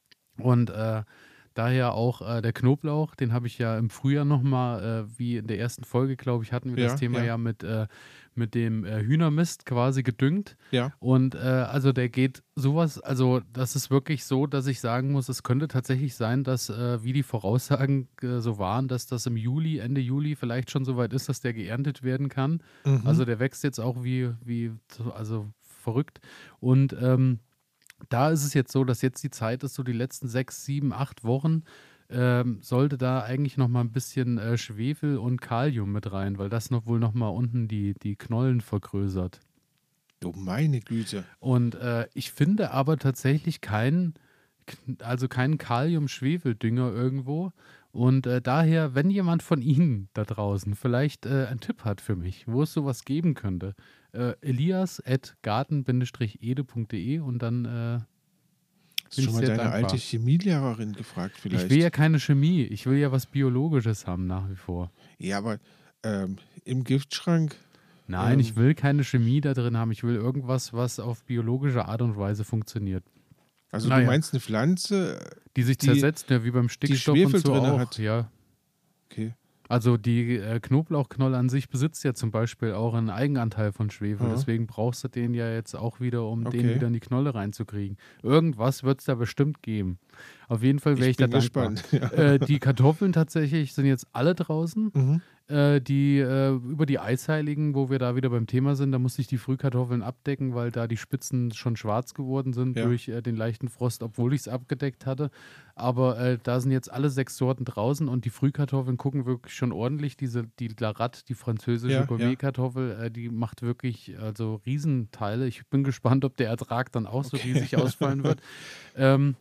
Und äh, daher auch äh, der Knoblauch, den habe ich ja im Frühjahr nochmal, äh, wie in der ersten Folge, glaube ich, hatten wir ja, das Thema ja, ja mit, äh, mit dem äh, Hühnermist quasi gedüngt. Ja. Und äh, also der geht sowas, also das ist wirklich so, dass ich sagen muss, es könnte tatsächlich sein, dass, äh, wie die Voraussagen äh, so waren, dass das im Juli, Ende Juli vielleicht schon soweit ist, dass der geerntet werden kann. Mhm. Also der wächst jetzt auch wie, wie also verrückt. Und ähm, da ist es jetzt so, dass jetzt die Zeit ist, so die letzten sechs, sieben, acht Wochen, ähm, sollte da eigentlich noch mal ein bisschen äh, Schwefel und Kalium mit rein, weil das noch wohl noch mal unten die, die Knollen vergrößert. Oh meine Güte. Und äh, ich finde aber tatsächlich keinen, also keinen Kalium-Schwefeldünger irgendwo. Und äh, daher, wenn jemand von Ihnen da draußen vielleicht äh, einen Tipp hat für mich, wo es sowas geben könnte, äh, elias at garten ede punkt de und dann äh, Hast du schon mal deine dankbar. alte Chemielehrerin gefragt vielleicht? Ich will ja keine Chemie, ich will ja was Biologisches haben nach wie vor. Ja, aber ähm, im Giftschrank... Nein, ähm, ich will keine Chemie da drin haben, ich will irgendwas, was auf biologische Art und Weise funktioniert. Also naja. du meinst eine Pflanze, die sich die, zersetzt, ja, wie beim Stickstoff die Schwefel und so drin auch. Hat. Ja. Okay. Also die äh, Knoblauchknolle an sich besitzt ja zum Beispiel auch einen Eigenanteil von Schwefel. Ja. Deswegen brauchst du den ja jetzt auch wieder, um okay. den wieder in die Knolle reinzukriegen. Irgendwas wird es da bestimmt geben. Auf jeden Fall wäre ich, ich da dankbar. Ja. Äh, die Kartoffeln tatsächlich sind jetzt alle draußen. Mhm. Äh, die äh, über die Eisheiligen, wo wir da wieder beim Thema sind, da musste ich die Frühkartoffeln abdecken, weil da die Spitzen schon schwarz geworden sind ja. durch äh, den leichten Frost, obwohl ich es abgedeckt hatte. Aber äh, da sind jetzt alle sechs Sorten draußen und die Frühkartoffeln gucken wirklich schon ordentlich. Diese, die Larat, die französische ja, Gourmetkartoffel, ja. äh, die macht wirklich also Riesenteile. Ich bin gespannt, ob der Ertrag dann auch so okay. riesig ausfallen wird. Ähm,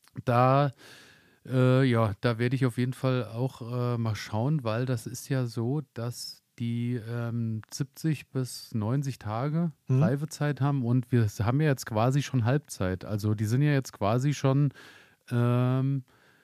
da Äh, ja, da werde ich auf jeden Fall auch äh, mal schauen, weil das ist ja so, dass die ähm, siebzig bis neunzig Tage mhm. Reifezeit haben und wir haben ja jetzt quasi schon Halbzeit. Also die sind ja jetzt quasi schon ähm,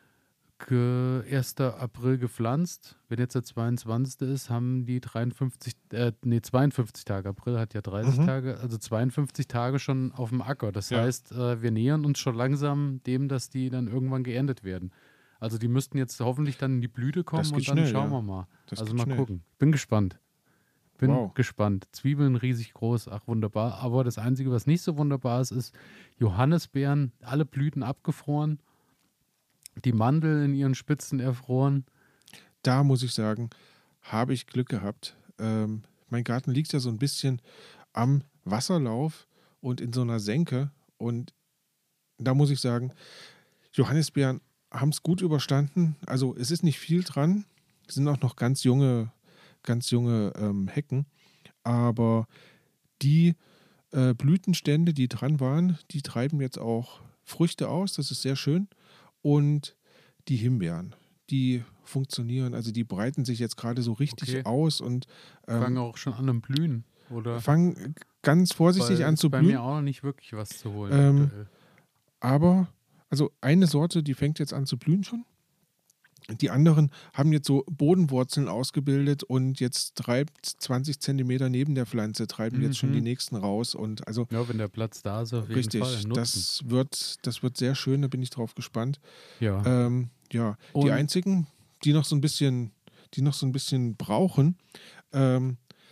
erster April gepflanzt. Wenn jetzt der zweiundzwanzigste ist, haben die dreiundfünfzig, äh, nee, zweiundfünfzig Tage. April hat ja dreißig mhm. Tage, also zweiundfünfzig Tage schon auf dem Acker. Das ja. heißt, äh, wir nähern uns schon langsam dem, dass die dann irgendwann geerntet werden. Also die müssten jetzt hoffentlich dann in die Blüte kommen und dann schnell, schauen ja. wir mal. Das also mal schnell. gucken. Bin gespannt. Bin wow. gespannt. Zwiebeln riesig groß, ach wunderbar. Aber das Einzige, was nicht so wunderbar ist, ist Johannisbeeren, alle Blüten abgefroren. Die Mandeln in ihren Spitzen erfroren. Da muss ich sagen, habe ich Glück gehabt. Ähm, mein Garten liegt ja so ein bisschen am Wasserlauf und in so einer Senke. Und da muss ich sagen, Johannisbeeren haben es gut überstanden. Also es ist nicht viel dran. Es sind auch noch ganz junge, ganz junge ähm, Hecken. Aber die äh, Blütenstände, die dran waren, die treiben jetzt auch Früchte aus. Das ist sehr schön. Und die Himbeeren, die funktionieren, also die breiten sich jetzt gerade so richtig okay. aus und ähm, fangen auch schon an am Blühen, oder? Fangen ganz vorsichtig Weil an zu bei blühen. Bei mir auch noch nicht wirklich was zu holen. Ähm, aber, also eine Sorte, die fängt jetzt an zu blühen schon. Die anderen haben jetzt so Bodenwurzeln ausgebildet und jetzt treibt zwanzig Zentimeter neben der Pflanze, treiben mhm. jetzt schon die nächsten raus. Und also, ja, wenn der Platz da ist, auf jeden richtig, Fall nutzen. Das wird, das wird sehr schön, da bin ich drauf gespannt. Ja, ähm, ja. die einzigen, die noch so ein bisschen, die noch so ein bisschen brauchen, ähm,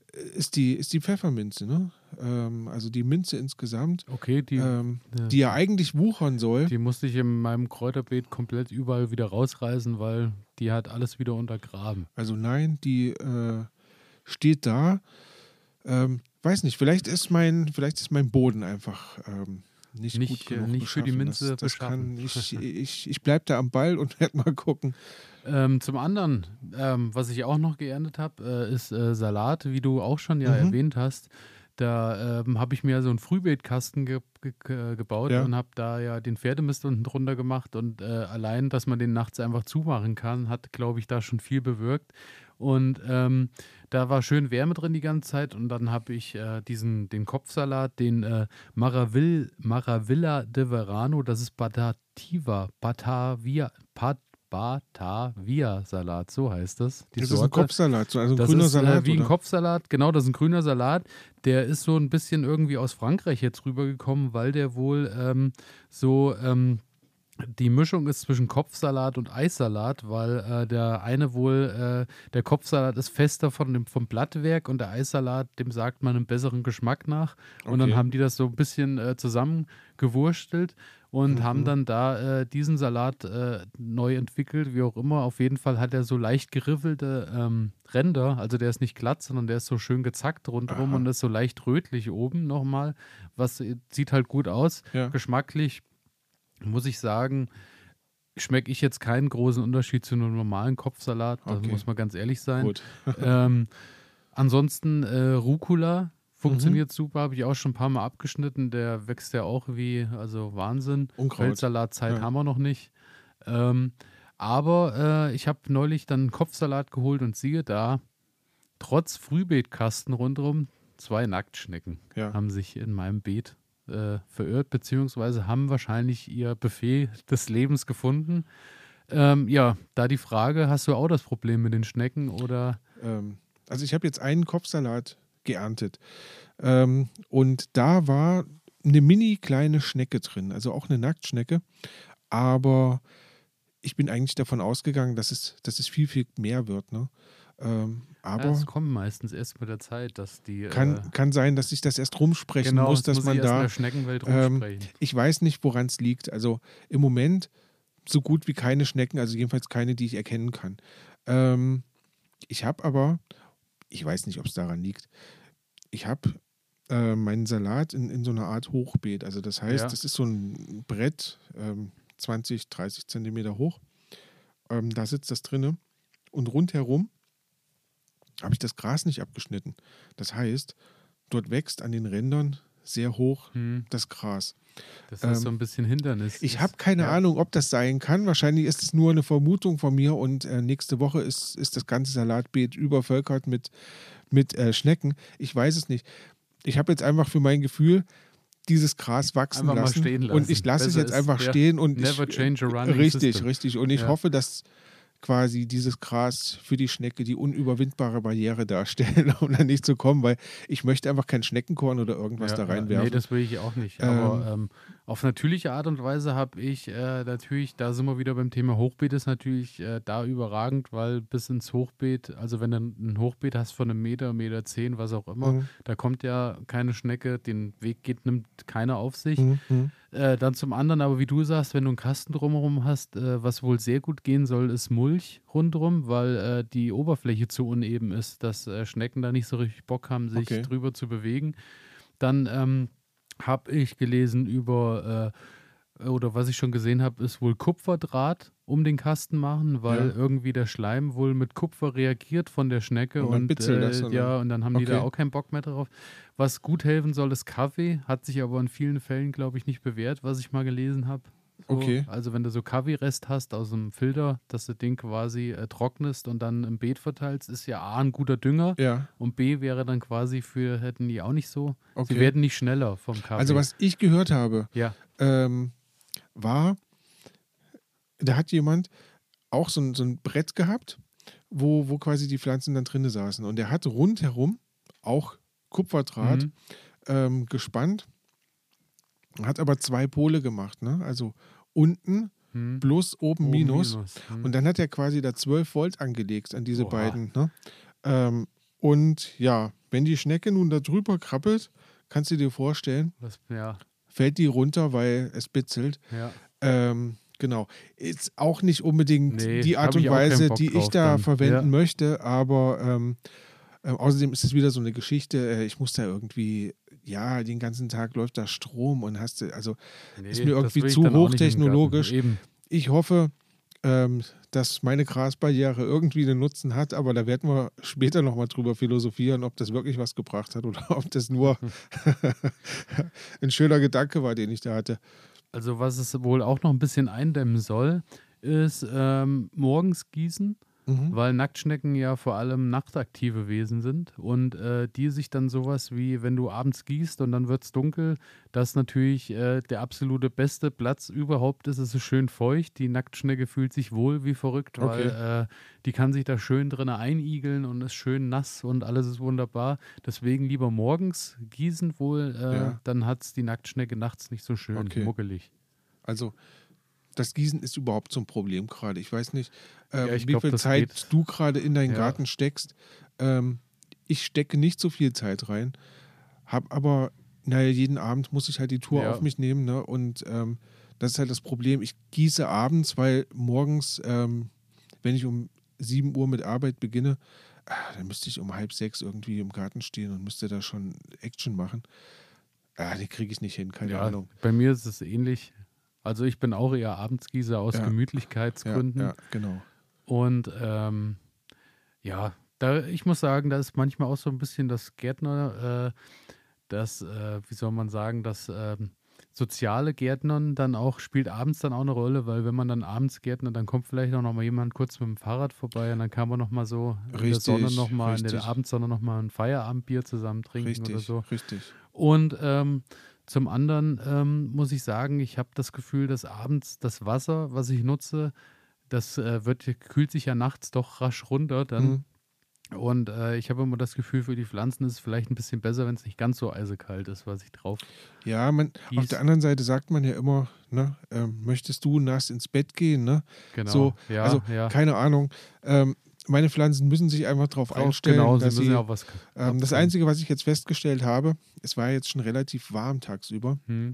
ist die, ist die Pfefferminze, ne? Ähm, also die Minze insgesamt, okay, die, ähm, ja. die ja eigentlich wuchern soll. Die musste ich in meinem Kräuterbeet komplett überall wieder rausreißen, weil die hat alles wieder untergraben. Also nein, die äh, steht da. Ähm, weiß nicht, vielleicht ist mein, vielleicht ist mein Boden einfach ähm, nicht, nicht gut genug nicht für die Minze das, das beschaffen. kann, ich ich, ich bleibe da am Ball und werde mal gucken. Ähm, zum anderen, ähm, was ich auch noch geerntet habe, äh, ist äh, Salat, wie du auch schon ja Mhm. erwähnt hast. Da ähm, habe ich mir so einen Frühbeetkasten ge ge gebaut Ja. und habe da ja den Pferdemist unten drunter gemacht. Und äh, allein, dass man den nachts einfach zumachen kann, hat, glaube ich, da schon viel bewirkt. Und ähm, da war schön Wärme drin die ganze Zeit. Und dann habe ich äh, diesen, den Kopfsalat, den äh, Maravill, Maravilla de Verano, das ist Batativa, Batavia, Pat Batavia-Salat, so heißt das. Die Das ist ein Sorte. Kopfsalat, so also ein Das grüner ist Salat. äh, wie oder? ein Kopfsalat, genau, das ist ein grüner Salat. Der ist so ein bisschen irgendwie aus Frankreich jetzt rübergekommen, weil der wohl ähm, so ähm, die Mischung ist zwischen Kopfsalat und Eissalat, weil äh, der eine wohl, äh, der Kopfsalat ist fester von dem, vom Blattwerk und der Eissalat, dem sagt man einen besseren Geschmack nach. Und Okay. dann haben die das so ein bisschen äh, zusammengewurstelt und Mhm. haben dann da äh, diesen Salat äh, neu entwickelt, wie auch immer. Auf jeden Fall hat er so leicht geriffelte ähm, Ränder, also der ist nicht glatt, sondern der ist so schön gezackt rundherum Aha. und ist so leicht rötlich oben nochmal, was äh, sieht halt gut aus, Ja. geschmacklich. Muss ich sagen, schmecke ich jetzt keinen großen Unterschied zu einem normalen Kopfsalat. Da Okay. muss man ganz ehrlich sein. Gut. ähm, ansonsten äh, Rucola funktioniert super, habe ich auch schon ein paar Mal abgeschnitten. Der wächst ja auch wie, also Wahnsinn. Unkraut. Feldsalatzeit Ja. haben wir noch nicht. Ähm, aber äh, ich habe neulich dann einen Kopfsalat geholt und siehe da, trotz Frühbeetkasten rundherum, zwei Nacktschnecken Ja. haben sich in meinem Beet äh, verirrt, beziehungsweise haben wahrscheinlich ihr Buffet des Lebens gefunden. Ähm, ja, da die Frage, hast du auch das Problem mit den Schnecken oder? Ähm, also ich habe jetzt einen Kopfsalat geerntet ähm, und da war eine mini kleine Schnecke drin, also auch eine Nacktschnecke, aber ich bin eigentlich davon ausgegangen, dass es, dass es viel, viel mehr wird. Ne? Ähm, aber Ja, es kommt meistens erst mit der Zeit, dass die. kann, äh, kann sein, dass ich das erst rumsprechen genau, muss, es dass muss man ich erst in da. der Schneckenwelt ähm, rumsprechen. Ich weiß nicht, woran es liegt. Also im Moment so gut wie keine Schnecken, also jedenfalls keine, die ich erkennen kann. Ähm, ich habe aber, ich weiß nicht, ob es daran liegt, ich habe äh, meinen Salat in, in so einer Art Hochbeet. Also das heißt, Ja. das ist so ein Brett, ähm, zwanzig, dreißig Zentimeter hoch. Ähm, da sitzt das drinne. Und rundherum habe ich das Gras nicht abgeschnitten. Das heißt, dort wächst an den Rändern sehr hoch Hm, das Gras. das ähm, ist so ein bisschen Hindernis. Ich Das- habe keine ja. Ahnung, ob das sein kann. Wahrscheinlich ist es nur eine Vermutung von mir und äh, nächste Woche ist, ist das ganze Salatbeet übervölkert mit, mit äh, Schnecken. Ich weiß es nicht. Ich habe jetzt einfach für mein Gefühl dieses Gras wachsen Einfach mal lassen. stehen lassen. Und ich lasse es Besser jetzt ist, einfach ja, stehen und never ich, change a running richtig, system. richtig. Und ich Ja. hoffe, dass quasi dieses Gras für die Schnecke die unüberwindbare Barriere darstellen, um da nicht zu kommen, weil ich möchte einfach kein Schneckenkorn oder irgendwas Ja, da ja, reinwerfen. nee, das will ich auch nicht. Aber ähm, auf natürliche Art und Weise habe ich äh, natürlich, da sind wir wieder beim Thema Hochbeet, ist natürlich äh, da überragend, weil bis ins Hochbeet, also wenn du ein Hochbeet hast von einem Meter, Meter zehn, was auch immer, Mhm. da kommt ja keine Schnecke, den Weg geht, nimmt keiner auf sich. Mhm, mhm. Äh, dann zum anderen, aber wie du sagst, wenn du einen Kasten drumherum hast, äh, was wohl sehr gut gehen soll, ist Mulch rundherum, weil äh, die Oberfläche zu uneben ist, dass äh, Schnecken da nicht so richtig Bock haben, sich Okay. drüber zu bewegen. Dann ähm, habe ich gelesen über, äh, oder was ich schon gesehen habe, ist wohl Kupferdraht um den Kasten machen, weil Ja. irgendwie der Schleim wohl mit Kupfer reagiert von der Schnecke Und dann und, bitzelt das, äh, oder? ja, und dann haben die da Okay. auch keinen Bock mehr drauf. Was gut helfen soll, ist Kaffee, hat sich aber in vielen Fällen, glaube ich, nicht bewährt, was ich mal gelesen habe. So, Okay. Also wenn du so Kaffeerest hast aus dem Filter, dass du den quasi äh, trocknest und dann im Beet verteilst, ist ja A, ein guter Dünger Ja, und B wäre dann quasi für, hätten die auch nicht so, okay. sie werden nicht schneller vom Kaffee. Also was ich gehört habe, Ja, ähm, war, da hat jemand auch so ein, so ein Brett gehabt, wo, wo quasi die Pflanzen dann drinne saßen. Und der hat rundherum auch Kupferdraht Mhm. ähm, gespannt, hat aber zwei Pole gemacht, ne? Also unten Mhm. plus, oben, Oben minus. Mhm. Und dann hat er quasi da zwölf Volt angelegt an diese Oha. beiden. Ne? Ähm, Und ja, wenn die Schnecke nun da drüber krabbelt, kannst du dir vorstellen, das, ja. fällt die runter, weil es bitzelt. Ja. Ähm, genau. Ist auch nicht unbedingt nee, die Art und Weise, die ich da dann. verwenden ja. möchte, aber ähm, äh, außerdem ist es wieder so eine Geschichte, äh, ich muss da irgendwie, ja, den ganzen Tag läuft da Strom und hast du, also nee, ist mir irgendwie zu hochtechnologisch. Ich hoffe, ähm, dass meine Grasbarriere irgendwie einen Nutzen hat, aber da werden wir später nochmal drüber philosophieren, ob das wirklich was gebracht hat oder ob das nur ein schöner Gedanke war, den ich da hatte. Also was es wohl auch noch ein bisschen eindämmen soll, ist ähm, morgens gießen, mhm. weil Nacktschnecken ja vor allem nachtaktive Wesen sind und äh, die sich dann sowas wie, wenn du abends gießt und dann wird es dunkel, das natürlich äh, der absolute beste Platz überhaupt ist. Es ist schön feucht, die Nacktschnecke fühlt sich wohl wie verrückt, weil okay. äh, die kann sich da schön drin einigeln und ist schön nass und alles ist wunderbar. Deswegen lieber morgens gießen wohl, äh, ja. dann hat es die Nacktschnecke nachts nicht so schön okay. muckelig. Also das Gießen ist überhaupt so ein Problem gerade. Ich weiß nicht, ähm, ja, ich wie glaub, viel Zeit geht. du gerade in deinen ja. Garten steckst. Ähm, ich stecke nicht so viel Zeit rein, habe aber, naja, jeden Abend muss ich halt die Tour ja. auf mich nehmen, ne? Und ähm, das ist halt das Problem. Ich gieße abends, weil morgens, ähm, wenn ich um sieben Uhr mit Arbeit beginne, ah, dann müsste ich um halb sechs irgendwie im Garten stehen und müsste da schon Action machen. Ah, die kriege ich nicht hin, keine ja, Ahnung. Bei mir ist es ähnlich. Also ich bin auch eher Abendsgießer aus ja. Gemütlichkeitsgründen. Ja, ja, genau. Und ähm, ja, da, ich muss sagen, da ist manchmal auch so ein bisschen das Gärtner, äh, das, äh, wie soll man sagen, das äh, soziale Gärtnern dann auch, spielt abends dann auch eine Rolle, weil wenn man dann abends gärtnert, dann kommt vielleicht auch noch mal jemand kurz mit dem Fahrrad vorbei und dann kann man noch mal so richtig, in der Sonne noch mal, richtig. in der Abendsonne noch mal ein Feierabendbier zusammen trinken richtig, oder so. Richtig. Und ähm, zum anderen ähm, muss ich sagen, ich habe das Gefühl, dass abends das Wasser, was ich nutze, das äh, wird, kühlt sich ja nachts doch rasch runter dann. Mhm. Und äh, ich habe immer das Gefühl, für die Pflanzen ist es vielleicht ein bisschen besser, wenn es nicht ganz so eisekalt ist, was ich drauf Ja, man, auf der anderen Seite sagt man ja immer, ne, äh, möchtest du nass ins Bett gehen, ne? Genau, so, ja, also ja. keine Ahnung. Ähm, meine Pflanzen müssen sich einfach darauf einstellen. Genau, dass sie müssen sie, ja auch was ähm, das Einzige, was ich jetzt festgestellt habe, es war jetzt schon relativ warm tagsüber. Hm.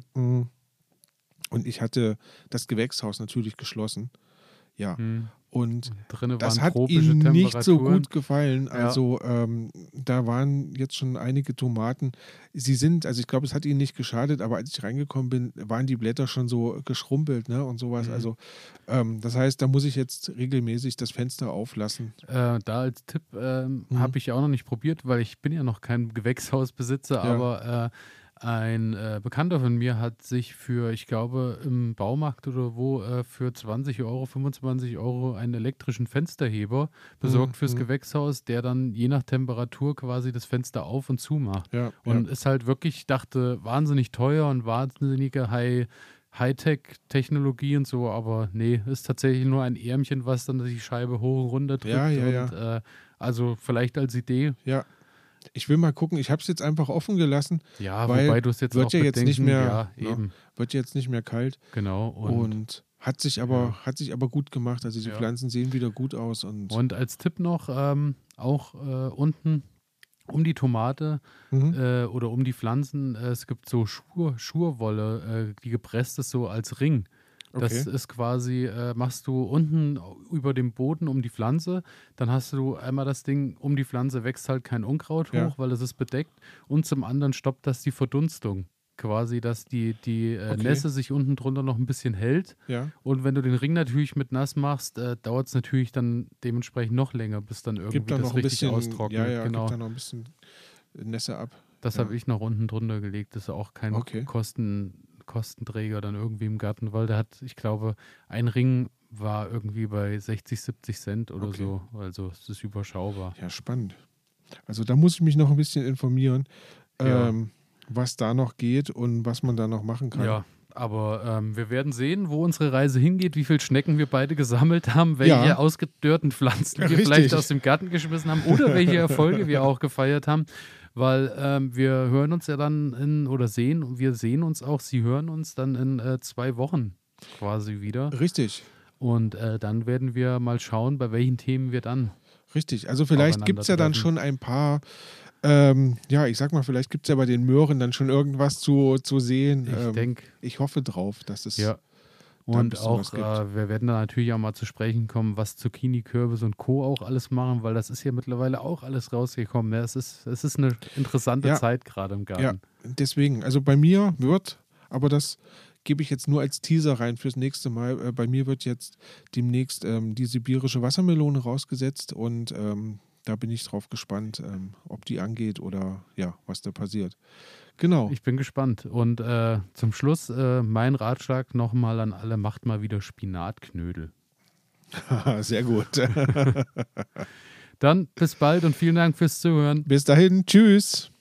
Und ich hatte das Gewächshaus natürlich geschlossen. Ja. Hm. Und Drinnen das waren hat tropische ihnen nicht so Temperaturen. gut gefallen. Also ja. ähm, da waren jetzt schon einige Tomaten. Sie sind, also ich glaube, es hat ihnen nicht geschadet, aber als ich reingekommen bin, waren die Blätter schon so geschrumpelt, ne, und sowas. Mhm. Also ähm, das heißt, da muss ich jetzt regelmäßig das Fenster auflassen. Äh, da als Tipp ähm, mhm. habe ich auch noch nicht probiert, weil ich bin ja noch kein Gewächshausbesitzer, ja. aber äh, ein äh, Bekannter von mir hat sich für, ich glaube, im Baumarkt oder wo, äh, für zwanzig Euro, fünfundzwanzig Euro einen elektrischen Fensterheber besorgt mhm. fürs Gewächshaus, der dann je nach Temperatur quasi das Fenster auf und zu macht. Ja, und ja. ist halt wirklich, ich dachte, wahnsinnig teuer und wahnsinnige High- Hightech-Technologie und so, aber nee, ist tatsächlich nur ein Ärmchen, was dann die Scheibe hoch und runter drückt. Ja, ja, und, ja. Äh, also vielleicht als Idee. Ja. Ich will mal gucken, ich habe es jetzt einfach offen gelassen. Ja, weil wobei du es jetzt wird auch ja jetzt nicht mehr, ja, eben. Ne, wird jetzt nicht mehr kalt. Genau. Und, und hat sich aber ja. hat sich aber gut gemacht. Also die ja. Pflanzen sehen wieder gut aus. Und, und als Tipp noch, ähm, auch äh, unten um die Tomate mhm. äh, oder um die Pflanzen, äh, es gibt so Schur, Schurwolle, äh, die gepresst ist so als Ring. Das okay. ist quasi, äh, machst du unten über dem Boden um die Pflanze, dann hast du einmal das Ding, um die Pflanze wächst halt kein Unkraut ja. hoch, weil es ist bedeckt, und zum anderen stoppt das die Verdunstung. Quasi, dass die, die äh, okay. Nässe sich unten drunter noch ein bisschen hält. Ja. Und wenn du den Ring natürlich mit nass machst, äh, dauert es natürlich dann dementsprechend noch länger, bis dann irgendwie Gibt dann das noch richtig bisschen, austrocknet. Ja, ja, genau. gibt dann noch ein bisschen Nässe ab. Das ja. habe ich noch unten drunter gelegt. Das ist auch kein okay. Kosten, Kostenträger dann irgendwie im Garten, weil der hat, ich glaube, ein Ring war irgendwie bei sechzig, siebzig Cent oder okay. so. Also es ist überschaubar. Ja, spannend. Also da muss ich mich noch ein bisschen informieren, ja. ähm, was da noch geht und was man da noch machen kann. Ja, aber ähm, wir werden sehen, wo unsere Reise hingeht, wie viele Schnecken wir beide gesammelt haben, welche ja. ausgedörrten Pflanzen wir Richtig. vielleicht aus dem Garten geschmissen haben oder welche Erfolge wir auch gefeiert haben. Weil ähm, wir hören uns ja dann in, oder sehen, wir sehen uns auch, Sie hören uns dann in äh, zwei Wochen quasi wieder. Richtig. Und äh, dann werden wir mal schauen, bei welchen Themen wir dann Richtig, also vielleicht gibt es ja dann schon ein paar, ähm, ja, ich sag mal, vielleicht gibt es ja bei den Möhren dann schon irgendwas zu, zu sehen. Ich ähm, denke. Ich hoffe drauf, dass es. Ja. Und auch, äh, wir werden da natürlich auch mal zu sprechen kommen, was Zucchini, Kürbis und Co. auch alles machen, weil das ist ja mittlerweile auch alles rausgekommen. Ja, es ist, es ist eine interessante ja. Zeit gerade im Garten. Ja, deswegen. Also bei mir wird, aber das gebe ich jetzt nur als Teaser rein fürs nächste Mal. Äh, bei mir wird jetzt demnächst ähm, die sibirische Wassermelone rausgesetzt und ähm, da bin ich drauf gespannt, ähm, ob die angeht oder ja, was da passiert. Genau. Ich bin gespannt. Und äh, zum Schluss äh, mein Ratschlag nochmal an alle, macht mal wieder Spinatknödel. Sehr gut. Dann bis bald und vielen Dank fürs Zuhören. Bis dahin, tschüss.